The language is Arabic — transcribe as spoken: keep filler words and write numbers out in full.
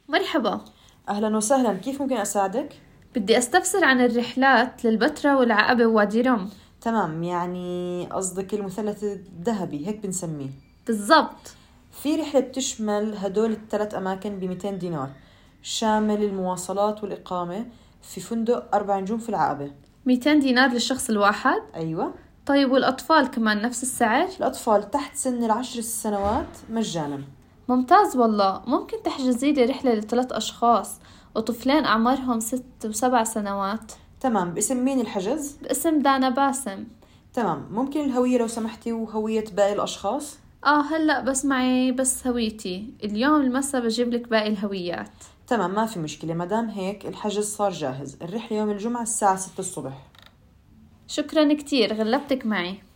مرحبا. أهلا وسهلا، كيف ممكن أساعدك؟ بدي أستفسر عن الرحلات للبتراء والعقبة ووادي رم. تمام، يعني قصدك المثلث الذهبي هيك بنسميه؟ بالضبط. في رحلة بتشمل هدول الثلاث أماكن بمئتين دينار، شامل المواصلات والإقامة في فندق أربع نجوم في العقبة. مئتين دينار للشخص الواحد؟ أيوة. طيب والأطفال كمان نفس السعر؟ الأطفال تحت سن العشر سنوات مجانا. ممتاز والله. ممكن تحجزي لي رحلة لثلاث أشخاص وطفلين أعمارهم ست وسبع سنوات؟ تمام، باسم مين الحجز؟ باسم دانا باسم. تمام، ممكن الهوية لو سمحتي وهوية باقي الأشخاص؟ آه هلأ بس معي بس هويتي، اليوم المسا بجيب لك باقي الهويات. تمام، ما في مشكلة، مدام هيك الحجز صار جاهز. الرحلة يوم الجمعة الساعة ستة الصبح. شكرا كتير، غلبتك معي.